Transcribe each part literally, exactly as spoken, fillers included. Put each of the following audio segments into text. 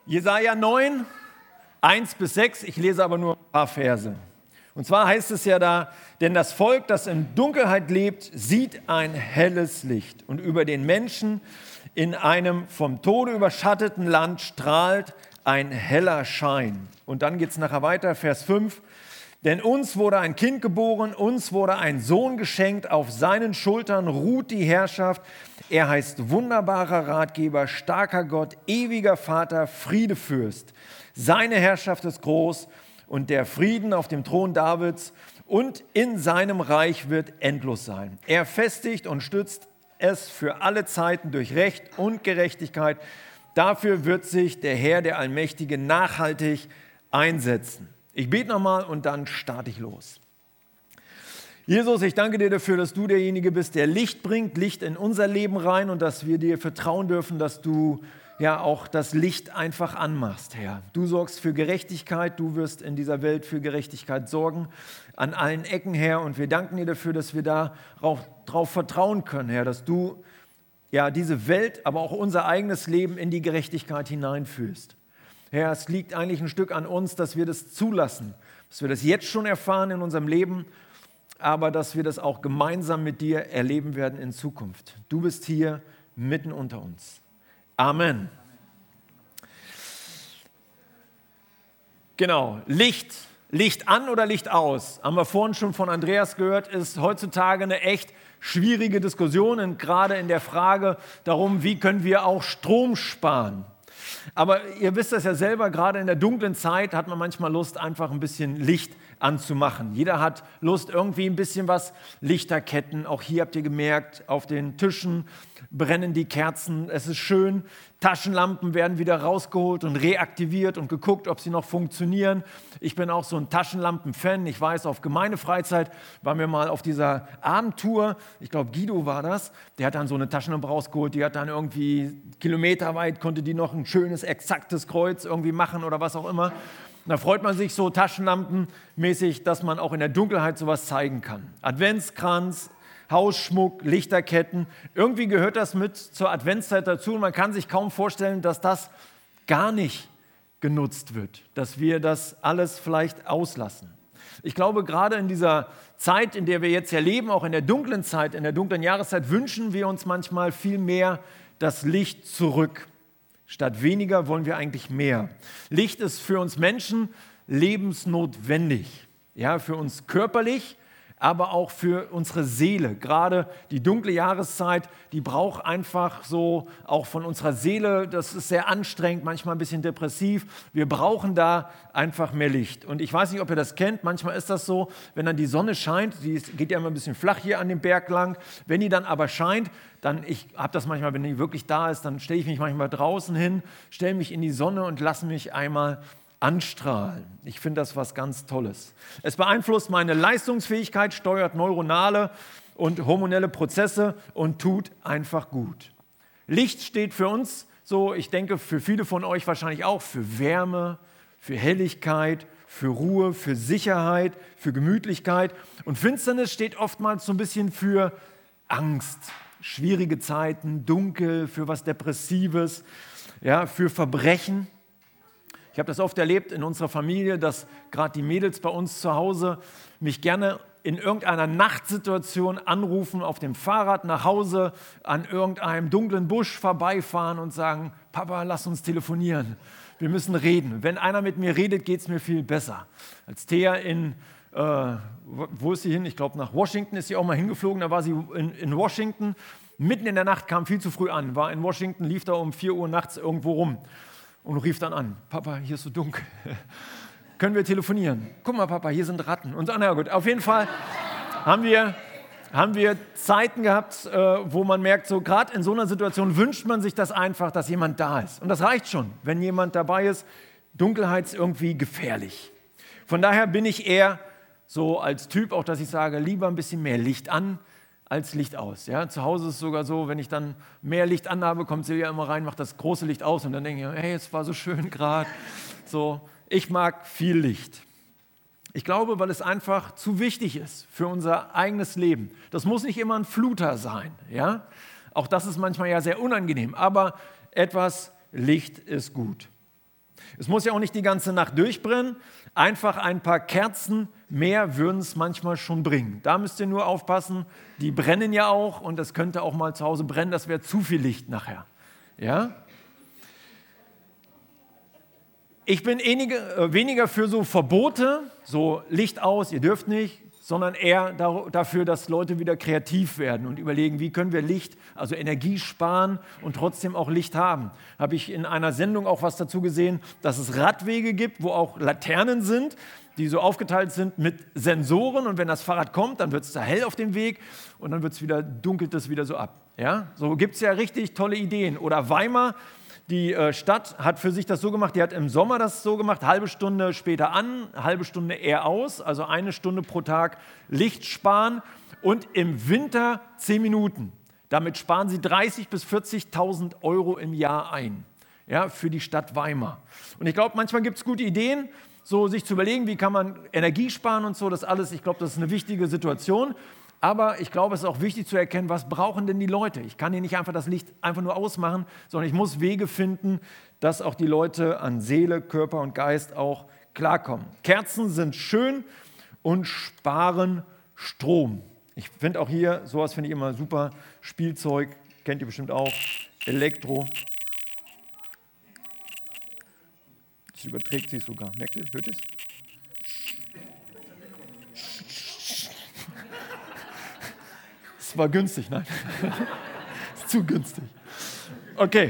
Jesaja neun, eins bis sechs, ich lese aber nur ein paar Verse. Und zwar heißt es ja da, denn das Volk, das in Dunkelheit lebt, sieht ein helles Licht. Und über den Menschen in einem vom Tode überschatteten Land strahlt ein heller Schein. Und dann geht es nachher weiter, Vers fünf. Denn uns wurde ein Kind geboren, uns wurde ein Sohn geschenkt, auf seinen Schultern ruht die Herrschaft. Er heißt wunderbarer Ratgeber, starker Gott, ewiger Vater, Friedefürst. Seine Herrschaft ist groß und der Frieden auf dem Thron Davids und in seinem Reich wird endlos sein. Er festigt und stützt es für alle Zeiten durch Recht und Gerechtigkeit. Dafür wird sich der Herr, der Allmächtige, nachhaltig einsetzen. Ich bete nochmal und dann starte ich los. Jesus, ich danke dir dafür, dass du derjenige bist, der Licht bringt, Licht in unser Leben rein und dass wir dir vertrauen dürfen, dass du ja auch das Licht einfach anmachst, Herr. Du sorgst für Gerechtigkeit, du wirst in dieser Welt für Gerechtigkeit sorgen, an allen Ecken, Herr. Und wir danken dir dafür, dass wir darauf drauf vertrauen können, Herr, dass du ja diese Welt, aber auch unser eigenes Leben in die Gerechtigkeit hineinführst. Herr, es liegt eigentlich ein Stück an uns, dass wir das zulassen, dass wir das jetzt schon erfahren in unserem Leben, aber dass wir das auch gemeinsam mit dir erleben werden in Zukunft. Du bist hier mitten unter uns. Amen. Genau, Licht, Licht an oder Licht aus, haben wir vorhin schon von Andreas gehört, ist heutzutage eine echt schwierige Diskussion, und gerade in der Frage darum, wie können wir auch Strom sparen. Aber ihr wisst das ja selber, gerade in der dunklen Zeit hat man manchmal Lust, einfach ein bisschen Licht anzumachen. Jeder hat Lust, irgendwie ein bisschen was, Lichterketten. Auch hier habt ihr gemerkt, auf den Tischen brennen die Kerzen. Es ist schön. Taschenlampen werden wieder rausgeholt und reaktiviert und geguckt, ob sie noch funktionieren. Ich bin auch so ein Taschenlampen-Fan. Ich weiß, auf Gemeindefreizeit waren wir mal auf dieser Abendtour. Ich glaube, Guido war das. Der hat dann so eine Taschenlampe rausgeholt. Die hat dann irgendwie kilometerweit, konnte die noch ein schönes, exaktes Kreuz irgendwie machen oder was auch immer. Und da freut man sich so taschenlampenmäßig, dass man auch in der Dunkelheit sowas zeigen kann. Adventskranz, Hausschmuck, Lichterketten. Irgendwie gehört das mit zur Adventszeit dazu und man kann sich kaum vorstellen, dass das gar nicht genutzt wird, dass wir das alles vielleicht auslassen. Ich glaube, gerade in dieser Zeit, in der wir jetzt ja leben, auch in der dunklen Zeit, in der dunklen Jahreszeit, wünschen wir uns manchmal viel mehr das Licht zurück. Statt weniger wollen wir eigentlich mehr. Licht ist für uns Menschen lebensnotwendig, ja, für uns körperlich, aber auch für unsere Seele. Gerade die dunkle Jahreszeit, die braucht einfach so auch von unserer Seele, das ist sehr anstrengend, manchmal ein bisschen depressiv. Wir brauchen da einfach mehr Licht. Und ich weiß nicht, ob ihr das kennt, manchmal ist das so, wenn dann die Sonne scheint, die geht ja immer ein bisschen flach hier an dem Berg lang, wenn die dann aber scheint, dann, ich habe das manchmal, wenn die wirklich da ist, dann stelle ich mich manchmal draußen hin, stelle mich in die Sonne und lasse mich einmal anstrahlen. Ich finde das was ganz Tolles. Es beeinflusst meine Leistungsfähigkeit, steuert neuronale und hormonelle Prozesse und tut einfach gut. Licht steht für uns, so ich denke für viele von euch wahrscheinlich auch, für Wärme, für Helligkeit, für Ruhe, für Sicherheit, für Gemütlichkeit. Und Finsternis steht oftmals so ein bisschen für Angst, schwierige Zeiten, dunkel, für was Depressives, ja, für Verbrechen. Ich habe das oft erlebt in unserer Familie, dass gerade die Mädels bei uns zu Hause mich gerne in irgendeiner Nachtsituation anrufen, auf dem Fahrrad nach Hause, an irgendeinem dunklen Busch vorbeifahren und sagen, Papa, lass uns telefonieren, wir müssen reden. Wenn einer mit mir redet, geht es mir viel besser. Als Thea in, äh, wo ist sie hin? Ich glaube nach Washington ist sie auch mal hingeflogen, da war sie in, in Washington, mitten in der Nacht, kam viel zu früh an, war in Washington, lief da um vier Uhr nachts irgendwo rum. Und rief dann an, Papa, hier ist so dunkel, können wir telefonieren? Guck mal, Papa, hier sind Ratten. Und na gut, auf jeden Fall haben wir, haben wir Zeiten gehabt, wo man merkt, so gerade in so einer Situation wünscht man sich das einfach, dass jemand da ist. Und das reicht schon, wenn jemand dabei ist. Dunkelheit ist irgendwie gefährlich. Von daher bin ich eher so als Typ, auch dass ich sage, lieber ein bisschen mehr Licht an, als Licht aus. Ja? Zu Hause ist es sogar so, wenn ich dann mehr Licht anhabe, kommt Silja immer rein, macht das große Licht aus und dann denke ich, hey, es war so schön gerade. So, ich mag viel Licht. Ich glaube, weil es einfach zu wichtig ist für unser eigenes Leben. Das muss nicht immer ein Fluter sein. Ja? Auch das ist manchmal ja sehr unangenehm, aber etwas Licht ist gut. Es muss ja auch nicht die ganze Nacht durchbrennen. Einfach ein paar Kerzen mehr würden es manchmal schon bringen. Da müsst ihr nur aufpassen, die brennen ja auch und das könnte auch mal zu Hause brennen, das wäre zu viel Licht nachher. Ja? Ich bin weniger, weniger für so Verbote, so Licht aus, ihr dürft nicht, sondern eher dafür, dass Leute wieder kreativ werden und überlegen, wie können wir Licht, also Energie sparen und trotzdem auch Licht haben. Habe ich in einer Sendung auch was dazu gesehen, dass es Radwege gibt, wo auch Laternen sind, die so aufgeteilt sind mit Sensoren und wenn das Fahrrad kommt, dann wird es da hell auf dem Weg und dann wird es wieder, dunkelt es wieder so ab. Ja? So gibt es ja richtig tolle Ideen. Oder Weimar, die äh, Stadt hat für sich das so gemacht, die hat im Sommer das so gemacht, halbe Stunde später an, halbe Stunde eher aus, also eine Stunde pro Tag Licht sparen und im Winter zehn Minuten. Damit sparen sie dreißigtausend bis vierzigtausend Euro im Jahr ein, ja, für die Stadt Weimar. Und ich glaube, manchmal gibt es gute Ideen, so sich zu überlegen, wie kann man Energie sparen und so, das alles, ich glaube, das ist eine wichtige Situation. Aber ich glaube, es ist auch wichtig zu erkennen, was brauchen denn die Leute? Ich kann hier nicht einfach das Licht einfach nur ausmachen, sondern ich muss Wege finden, dass auch die Leute an Seele, Körper und Geist auch klarkommen. Kerzen sind schön und sparen Strom. Ich finde auch hier, sowas finde ich immer super, Spielzeug, kennt ihr bestimmt auch, Elektro. Das überträgt sich sogar, merkt ihr, hört ihr es? Das war günstig, nein. Das ist zu günstig. Okay.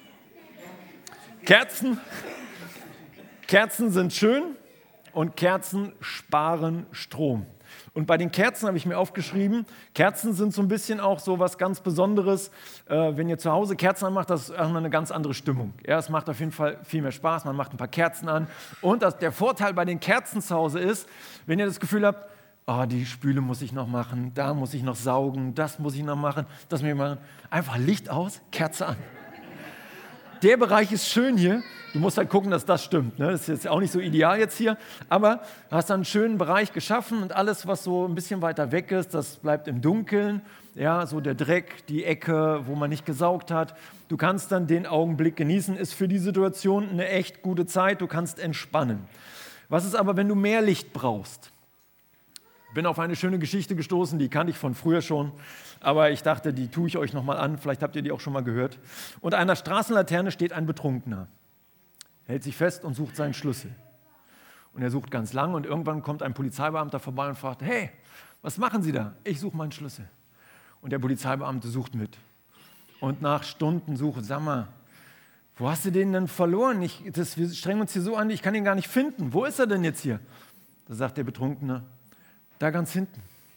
Kerzen. Kerzen sind schön und Kerzen sparen Strom. Und bei den Kerzen habe ich mir aufgeschrieben, Kerzen sind so ein bisschen auch so was ganz Besonderes. Äh, wenn ihr zu Hause Kerzen anmacht, das ist erstmal eine ganz andere Stimmung. Ja, es macht auf jeden Fall viel mehr Spaß, man macht ein paar Kerzen an. Und das, der Vorteil bei den Kerzen zu Hause ist, wenn ihr das Gefühl habt, oh, die Spüle muss ich noch machen, da muss ich noch saugen, das muss ich noch machen, das muss ich machen. Einfach Licht aus, Kerze an. Der Bereich ist schön hier. Du musst halt gucken, dass das stimmt. Ne? Das ist jetzt auch nicht so ideal jetzt hier, aber du hast einen schönen Bereich geschaffen und alles, was so ein bisschen weiter weg ist, das bleibt im Dunkeln. Ja, so der Dreck, die Ecke, wo man nicht gesaugt hat. Du kannst dann den Augenblick genießen, ist für die Situation eine echt gute Zeit. Du kannst entspannen. Was ist aber, wenn du mehr Licht brauchst? Bin auf eine schöne Geschichte gestoßen, die kannte ich von früher schon, aber ich dachte, die tue ich euch nochmal an, vielleicht habt ihr die auch schon mal gehört. Unter einer Straßenlaterne steht ein Betrunkener, hält sich fest und sucht seinen Schlüssel. Und er sucht ganz lang und irgendwann kommt ein Polizeibeamter vorbei und fragt, hey, was machen Sie da? Ich suche meinen Schlüssel. Und der Polizeibeamte sucht mit. Und nach Stunden sucht, sag mal, wo hast du den denn verloren? Ich, das, wir strengen uns hier so an, ich kann ihn gar nicht finden. Wo ist er denn jetzt hier? Da sagt der Betrunkene, da ganz hinten.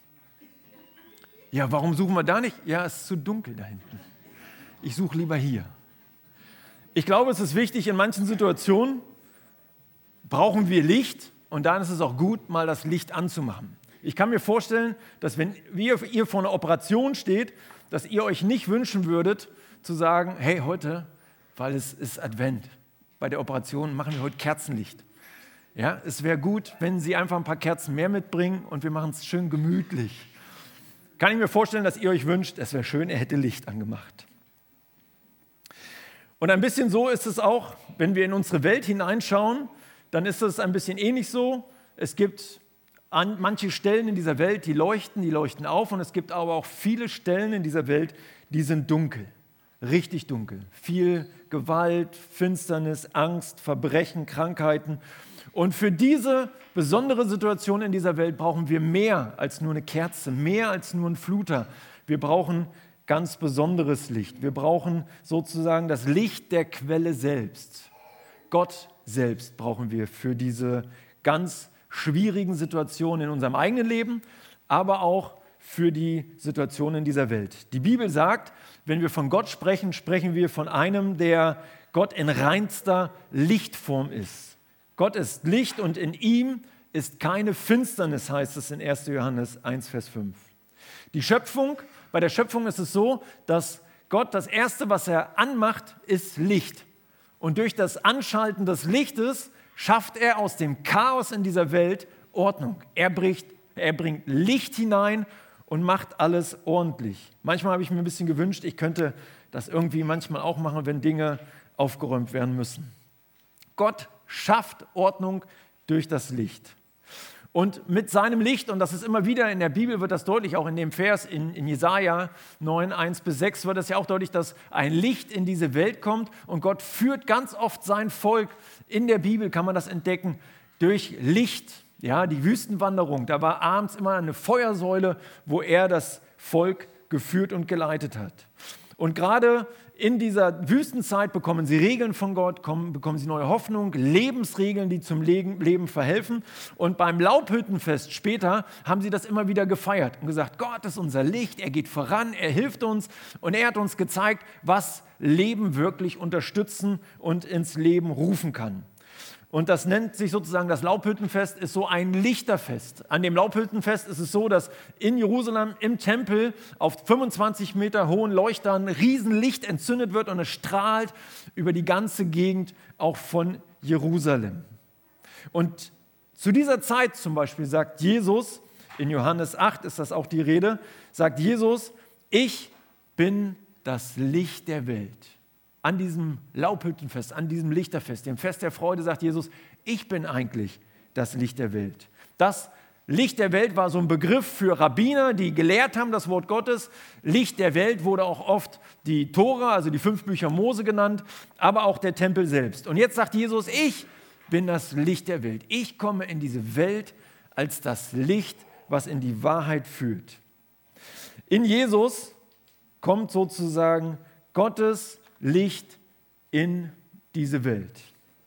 Ja, warum suchen wir da nicht? Ja, es ist zu dunkel da hinten. Ich suche lieber hier. Ich glaube, es ist wichtig, in manchen Situationen brauchen wir Licht und dann ist es auch gut, mal das Licht anzumachen. Ich kann mir vorstellen, dass wenn ihr, ihr vor einer Operation steht, dass ihr euch nicht wünschen würdet, zu sagen, hey, heute, weil es ist Advent, bei der Operation machen wir heute Kerzenlicht. Ja, es wäre gut, wenn Sie einfach ein paar Kerzen mehr mitbringen und wir machen es schön gemütlich. Kann ich mir vorstellen, dass ihr euch wünscht, es wäre schön, er hätte Licht angemacht. Und ein bisschen so ist es auch, wenn wir in unsere Welt hineinschauen, dann ist es ein bisschen ähnlich so. Es gibt an manche Stellen in dieser Welt, die leuchten, die leuchten auf und es gibt aber auch viele Stellen in dieser Welt, die sind dunkel, richtig dunkel. Viel Gewalt, Finsternis, Angst, Verbrechen, Krankheiten. Und für diese besondere Situation in dieser Welt brauchen wir mehr als nur eine Kerze, mehr als nur einen Fluter. Wir brauchen ganz besonderes Licht. Wir brauchen sozusagen das Licht der Quelle selbst. Gott selbst brauchen wir für diese ganz schwierigen Situationen in unserem eigenen Leben, aber auch für die Situation in dieser Welt. Die Bibel sagt, wenn wir von Gott sprechen, sprechen wir von einem, der Gott in reinster Lichtform ist. Gott ist Licht und in ihm ist keine Finsternis, heißt es in erster Johannes eins, Vers fünf. Die Schöpfung, bei der Schöpfung ist es so, dass Gott das Erste, was er anmacht, ist Licht. Und durch das Anschalten des Lichtes schafft er aus dem Chaos in dieser Welt Ordnung. Er, bricht, er bringt Licht hinein und macht alles ordentlich. Manchmal habe ich mir ein bisschen gewünscht, ich könnte das irgendwie manchmal auch machen, wenn Dinge aufgeräumt werden müssen. Gott schafft Ordnung durch das Licht. Und mit seinem Licht, und das ist immer wieder in der Bibel, wird das deutlich, auch in dem Vers in, in Jesaja neun, eins bis sechs, wird das ja auch deutlich, dass ein Licht in diese Welt kommt und Gott führt ganz oft sein Volk, in der Bibel kann man das entdecken, durch Licht. Ja, die Wüstenwanderung, da war abends immer eine Feuersäule, wo er das Volk geführt und geleitet hat. Und gerade in dieser Wüstenzeit bekommen sie Regeln von Gott, kommen, bekommen sie neue Hoffnung, Lebensregeln, die zum Leben verhelfen. Und beim Laubhüttenfest später haben sie das immer wieder gefeiert und gesagt, Gott ist unser Licht, er geht voran, er hilft uns und er hat uns gezeigt, was Leben wirklich unterstützen und ins Leben rufen kann. Und das nennt sich sozusagen, das Laubhüttenfest ist so ein Lichterfest. An dem Laubhüttenfest ist es so, dass in Jerusalem im Tempel auf fünfundzwanzig Meter hohen Leuchtern Riesenlicht entzündet wird und es strahlt über die ganze Gegend auch von Jerusalem. Und zu dieser Zeit zum Beispiel sagt Jesus, in Johannes acht ist das auch die Rede, sagt Jesus, ich bin das Licht der Welt. An diesem Laubhüttenfest, an diesem Lichterfest, dem Fest der Freude, sagt Jesus, ich bin eigentlich das Licht der Welt. Das Licht der Welt war so ein Begriff für Rabbiner, die gelehrt haben das Wort Gottes. Licht der Welt wurde auch oft die Tora, also die fünf Bücher Mose genannt, aber auch der Tempel selbst. Und jetzt sagt Jesus, ich bin das Licht der Welt. Ich komme in diese Welt als das Licht, was in die Wahrheit führt. In Jesus kommt sozusagen Gottes Licht in diese Welt.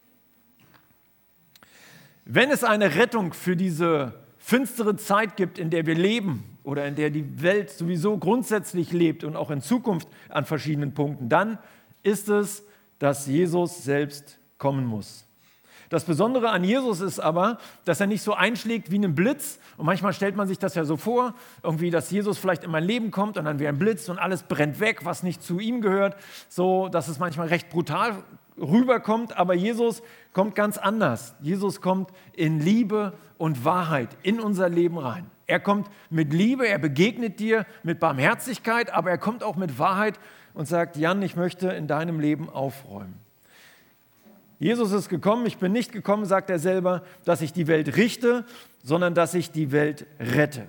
Wenn es eine Rettung für diese finstere Zeit gibt, in der wir leben oder in der die Welt sowieso grundsätzlich lebt und auch in Zukunft an verschiedenen Punkten, dann ist es, dass Jesus selbst kommen muss. Das Besondere an Jesus ist aber, dass er nicht so einschlägt wie ein Blitz. Und manchmal stellt man sich das ja so vor, irgendwie, dass Jesus vielleicht in mein Leben kommt und dann wäre ein Blitz und alles brennt weg, was nicht zu ihm gehört. So, dass es manchmal recht brutal rüberkommt. Aber Jesus kommt ganz anders. Jesus kommt in Liebe und Wahrheit in unser Leben rein. Er kommt mit Liebe, er begegnet dir mit Barmherzigkeit, aber er kommt auch mit Wahrheit und sagt, Jan, ich möchte in deinem Leben aufräumen. Jesus ist gekommen, ich bin nicht gekommen, sagt er selber, dass ich die Welt richte, sondern dass ich die Welt rette.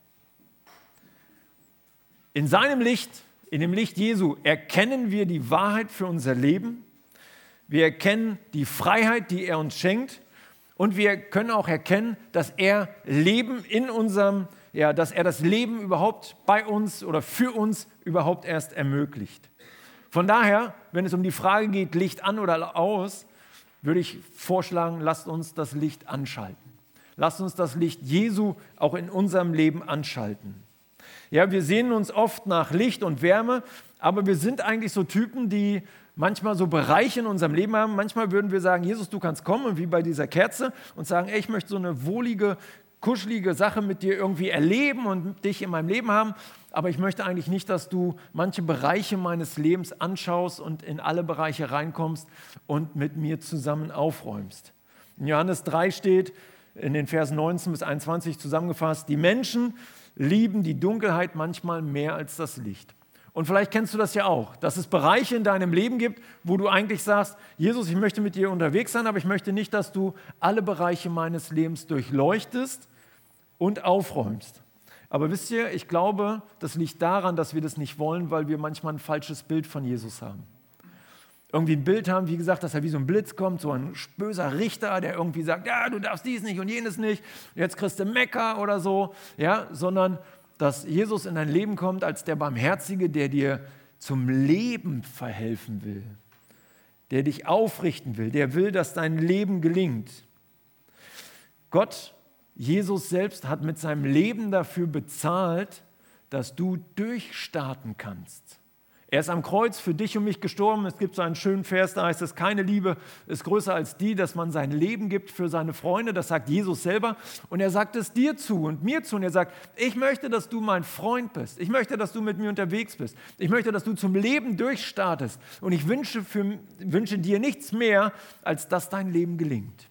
In seinem Licht, in dem Licht Jesu, erkennen wir die Wahrheit für unser Leben. Wir erkennen die Freiheit, die er uns schenkt. Und wir können auch erkennen, dass er Leben in unserem, ja, dass er das Leben überhaupt bei uns oder für uns überhaupt erst ermöglicht. Von daher, wenn es um die Frage geht, Licht an oder aus, würde ich vorschlagen, lasst uns das Licht anschalten. Lasst uns das Licht Jesu auch in unserem Leben anschalten. Ja, wir sehnen uns oft nach Licht und Wärme, aber wir sind eigentlich so Typen, die manchmal so Bereiche in unserem Leben haben. Manchmal würden wir sagen, Jesus, du kannst kommen, wie bei dieser Kerze, und sagen, ey, ich möchte so eine wohlige, kuschelige Sache mit dir irgendwie erleben und dich in meinem Leben haben. Aber ich möchte eigentlich nicht, dass du manche Bereiche meines Lebens anschaust und in alle Bereiche reinkommst und mit mir zusammen aufräumst. In Johannes drei steht, in den Versen neunzehn bis einundzwanzig zusammengefasst, die Menschen lieben die Dunkelheit manchmal mehr als das Licht. Und vielleicht kennst du das ja auch, dass es Bereiche in deinem Leben gibt, wo du eigentlich sagst, Jesus, ich möchte mit dir unterwegs sein, aber ich möchte nicht, dass du alle Bereiche meines Lebens durchleuchtest und aufräumst. Aber wisst ihr, ich glaube, das liegt daran, dass wir das nicht wollen, weil wir manchmal ein falsches Bild von Jesus haben. Irgendwie ein Bild haben, wie gesagt, dass er wie so ein Blitz kommt, so ein böser Richter, der irgendwie sagt, ja, du darfst dies nicht und jenes nicht, jetzt kriegst du Mekka oder so, ja, sondern dass Jesus in dein Leben kommt als der Barmherzige, der dir zum Leben verhelfen will, der dich aufrichten will, der will, dass dein Leben gelingt. Gott, Jesus selbst hat mit seinem Leben dafür bezahlt, dass du durchstarten kannst. Er ist am Kreuz für dich und mich gestorben. Es gibt so einen schönen Vers, da heißt es, keine Liebe ist größer als die, dass man sein Leben gibt für seine Freunde. Das sagt Jesus selber. Und er sagt es dir zu und mir zu. Und er sagt, ich möchte, dass du mein Freund bist. Ich möchte, dass du mit mir unterwegs bist. Ich möchte, dass du zum Leben durchstartest. Und ich wünsche, für, wünsche dir nichts mehr, als dass dein Leben gelingt.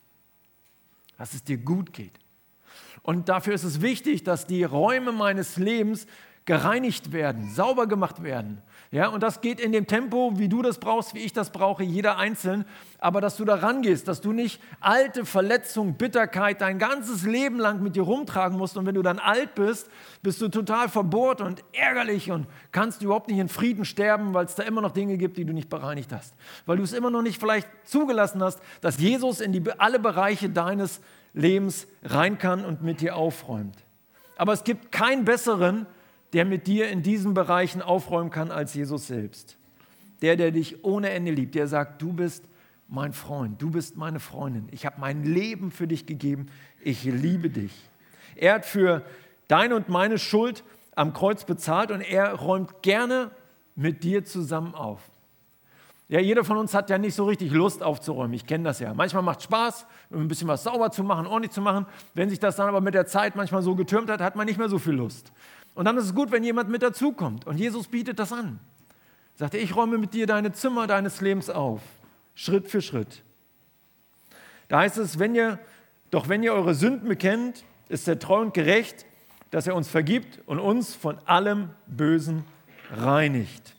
Dass es dir gut geht. Und dafür ist es wichtig, dass die Räume meines Lebens gereinigt werden, sauber gemacht werden. Ja, und das geht in dem Tempo, wie du das brauchst, wie ich das brauche, jeder einzeln. Aber dass du da rangehst, dass du nicht alte Verletzungen, Bitterkeit dein ganzes Leben lang mit dir rumtragen musst. Und wenn du dann alt bist, bist du total verbohrt und ärgerlich und kannst überhaupt nicht in Frieden sterben, weil es da immer noch Dinge gibt, die du nicht bereinigt hast. Weil du es immer noch nicht vielleicht zugelassen hast, dass Jesus in die, alle Bereiche deines Lebens rein kann und mit dir aufräumt. Aber es gibt keinen besseren, der mit dir in diesen Bereichen aufräumen kann als Jesus selbst. Der, der dich ohne Ende liebt, der sagt, du bist mein Freund, du bist meine Freundin. Ich habe mein Leben für dich gegeben, ich liebe dich. Er hat für deine und meine Schuld am Kreuz bezahlt und er räumt gerne mit dir zusammen auf. Ja, jeder von uns hat ja nicht so richtig Lust aufzuräumen, ich kenne das ja. Manchmal macht es Spaß, ein bisschen was sauber zu machen, ordentlich zu machen. Wenn sich das dann aber mit der Zeit manchmal so getürmt hat, hat man nicht mehr so viel Lust. Und dann ist es gut, wenn jemand mit dazukommt. Und Jesus bietet das an. Sagt er, ich räume mit dir deine Zimmer deines Lebens auf. Schritt für Schritt. Da heißt es, wenn ihr, doch wenn ihr eure Sünden bekennt, ist er treu und gerecht, dass er uns vergibt und uns von allem Bösen reinigt.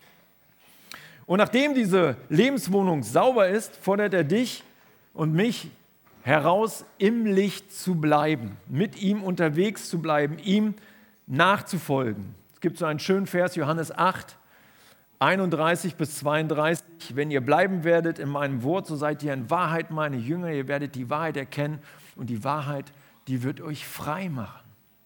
Und nachdem diese Lebenswohnung sauber ist, fordert er dich und mich heraus, im Licht zu bleiben, mit ihm unterwegs zu bleiben, ihm nachzufolgen. Es gibt so einen schönen Vers, Johannes acht, einunddreißig bis zweiunddreißig. Wenn ihr bleiben werdet in meinem Wort, so seid ihr in Wahrheit meine Jünger. Ihr werdet die Wahrheit erkennen und die Wahrheit, die wird euch frei machen.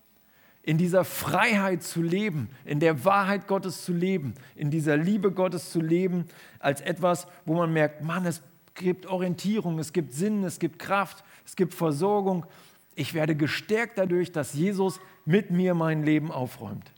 In dieser Freiheit zu leben, in der Wahrheit Gottes zu leben, in dieser Liebe Gottes zu leben, als etwas, wo man merkt, Mann, es gibt Orientierung, es gibt Sinn, es gibt Kraft, es gibt Versorgung. Ich werde gestärkt dadurch, dass Jesus mit mir mein Leben aufräumt.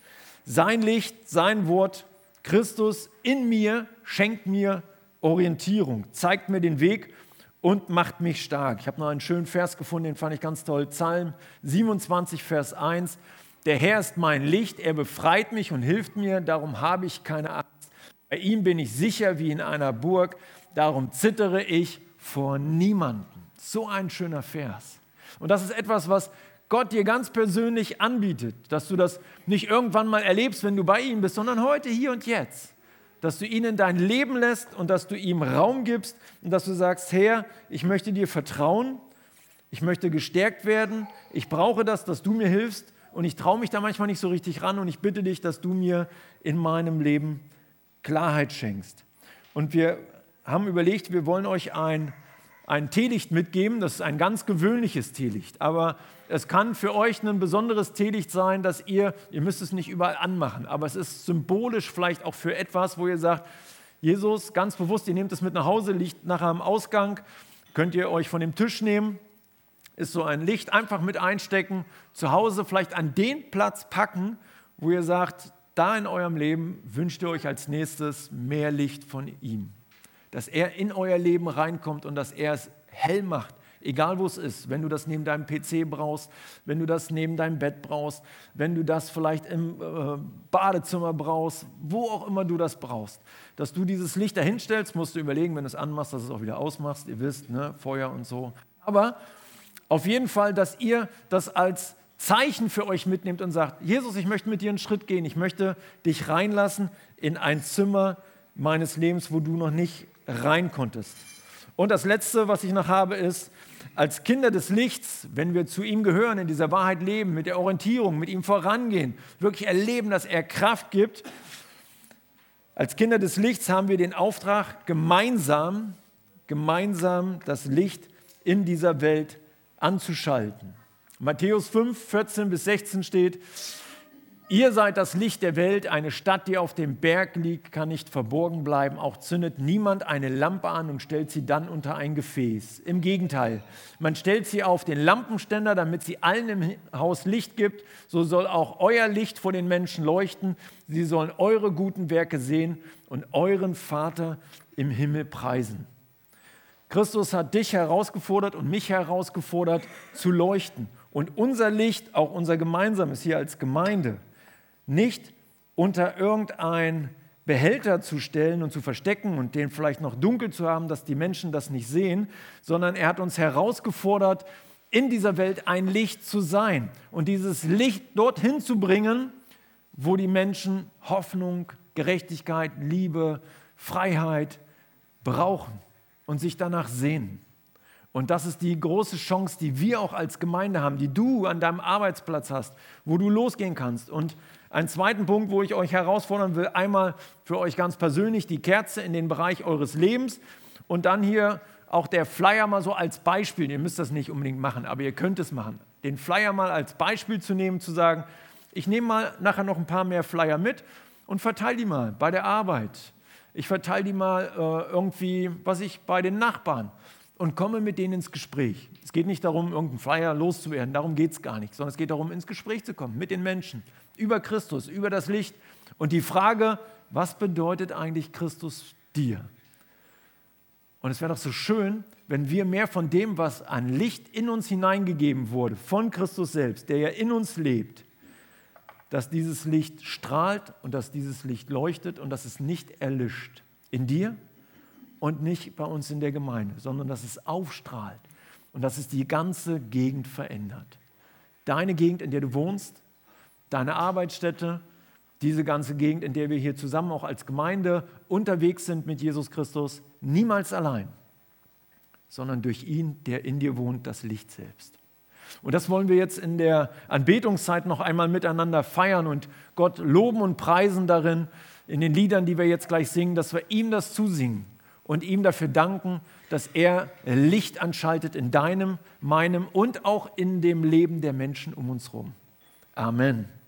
Sein Licht, sein Wort, Christus in mir schenkt mir Orientierung, zeigt mir den Weg und macht mich stark. Ich habe noch einen schönen Vers gefunden, den fand ich ganz toll. Psalm siebenundzwanzig, Vers eins. Der Herr ist mein Licht, er befreit mich und hilft mir, darum habe ich keine Angst. Bei ihm bin ich sicher wie in einer Burg, darum zittere ich vor niemandem. So ein schöner Vers. Und das ist etwas, was Gott dir ganz persönlich anbietet, dass du das nicht irgendwann mal erlebst, wenn du bei ihm bist, sondern heute, hier und jetzt. Dass du ihn in dein Leben lässt und dass du ihm Raum gibst und dass du sagst, Herr, ich möchte dir vertrauen, ich möchte gestärkt werden, ich brauche das, dass du mir hilfst und ich traue mich da manchmal nicht so richtig ran und ich bitte dich, dass du mir in meinem Leben Klarheit schenkst. Und wir haben überlegt, wir wollen euch ein ein Teelicht mitgeben, das ist ein ganz gewöhnliches Teelicht, aber es kann für euch ein besonderes Teelicht sein, dass ihr, ihr müsst es nicht überall anmachen, aber es ist symbolisch vielleicht auch für etwas, wo ihr sagt, Jesus, ganz bewusst, ihr nehmt es mit nach Hause, liegt nachher am Ausgang, könnt ihr euch von dem Tisch nehmen, ist so ein Licht, einfach mit einstecken, zu Hause vielleicht an den Platz packen, wo ihr sagt, da in eurem Leben wünscht ihr euch als nächstes mehr Licht von ihm. Dass er in euer Leben reinkommt und dass er es hell macht, egal wo es ist. Wenn du das neben deinem P C brauchst, wenn du das neben deinem Bett brauchst, wenn du das vielleicht im äh, Badezimmer brauchst, wo auch immer du das brauchst. Dass du dieses Licht dahinstellst, musst du überlegen, wenn du es anmachst, dass du es auch wieder ausmachst. Ihr wisst, ne, Feuer und so. Aber auf jeden Fall, dass ihr das als Zeichen für euch mitnehmt und sagt, Jesus, ich möchte mit dir einen Schritt gehen. Ich möchte dich reinlassen in ein Zimmer meines Lebens, wo du noch nicht rein konntest. Und das Letzte, was ich noch habe, ist, als Kinder des Lichts, wenn wir zu ihm gehören, in dieser Wahrheit leben, mit der Orientierung, mit ihm vorangehen, wirklich erleben, dass er Kraft gibt, als Kinder des Lichts haben wir den Auftrag, gemeinsam, gemeinsam das Licht in dieser Welt anzuschalten. Matthäus fünf, vierzehn bis sechzehn steht, ihr seid das Licht der Welt, eine Stadt, die auf dem Berg liegt, kann nicht verborgen bleiben. Auch zündet niemand eine Lampe an und stellt sie dann unter ein Gefäß. Im Gegenteil, man stellt sie auf den Lampenständer, damit sie allen im Haus Licht gibt. So soll auch euer Licht vor den Menschen leuchten. Sie sollen eure guten Werke sehen und euren Vater im Himmel preisen. Christus hat dich herausgefordert und mich herausgefordert, zu leuchten. Und unser Licht, auch unser gemeinsames hier als Gemeinde, nicht unter irgendein Behälter zu stellen und zu verstecken und den vielleicht noch dunkel zu haben, dass die Menschen das nicht sehen, sondern er hat uns herausgefordert, in dieser Welt ein Licht zu sein und dieses Licht dorthin zu bringen, wo die Menschen Hoffnung, Gerechtigkeit, Liebe, Freiheit brauchen und sich danach sehnen. Und das ist die große Chance, die wir auch als Gemeinde haben, die du an deinem Arbeitsplatz hast, wo du losgehen kannst. Und einen zweiten Punkt, wo ich euch herausfordern will, einmal für euch ganz persönlich die Kerze in den Bereich eures Lebens und dann hier auch der Flyer mal so als Beispiel. Ihr müsst das nicht unbedingt machen, aber ihr könnt es machen. Den Flyer mal als Beispiel zu nehmen, zu sagen, ich nehme mal nachher noch ein paar mehr Flyer mit und verteile die mal bei der Arbeit. Ich verteile die mal äh, irgendwie, was ich bei den Nachbarn und komme mit denen ins Gespräch. Es geht nicht darum, irgendeinen Flyer loszuwerden, darum geht es gar nicht, sondern es geht darum, ins Gespräch zu kommen mit den Menschen, über Christus, über das Licht. Und die Frage, was bedeutet eigentlich Christus dir? Und es wäre doch so schön, wenn wir mehr von dem, was an Licht in uns hineingegeben wurde, von Christus selbst, der ja in uns lebt, dass dieses Licht strahlt und dass dieses Licht leuchtet und dass es nicht erlischt in dir und nicht bei uns in der Gemeinde, sondern dass es aufstrahlt und dass es die ganze Gegend verändert. Deine Gegend, in der du wohnst, deine Arbeitsstätte, diese ganze Gegend, in der wir hier zusammen auch als Gemeinde unterwegs sind mit Jesus Christus, niemals allein, sondern durch ihn, der in dir wohnt, das Licht selbst. Und das wollen wir jetzt in der Anbetungszeit noch einmal miteinander feiern und Gott loben und preisen darin, in den Liedern, die wir jetzt gleich singen, dass wir ihm das zusingen und ihm dafür danken, dass er Licht anschaltet in deinem, meinem und auch in dem Leben der Menschen um uns herum. Amen.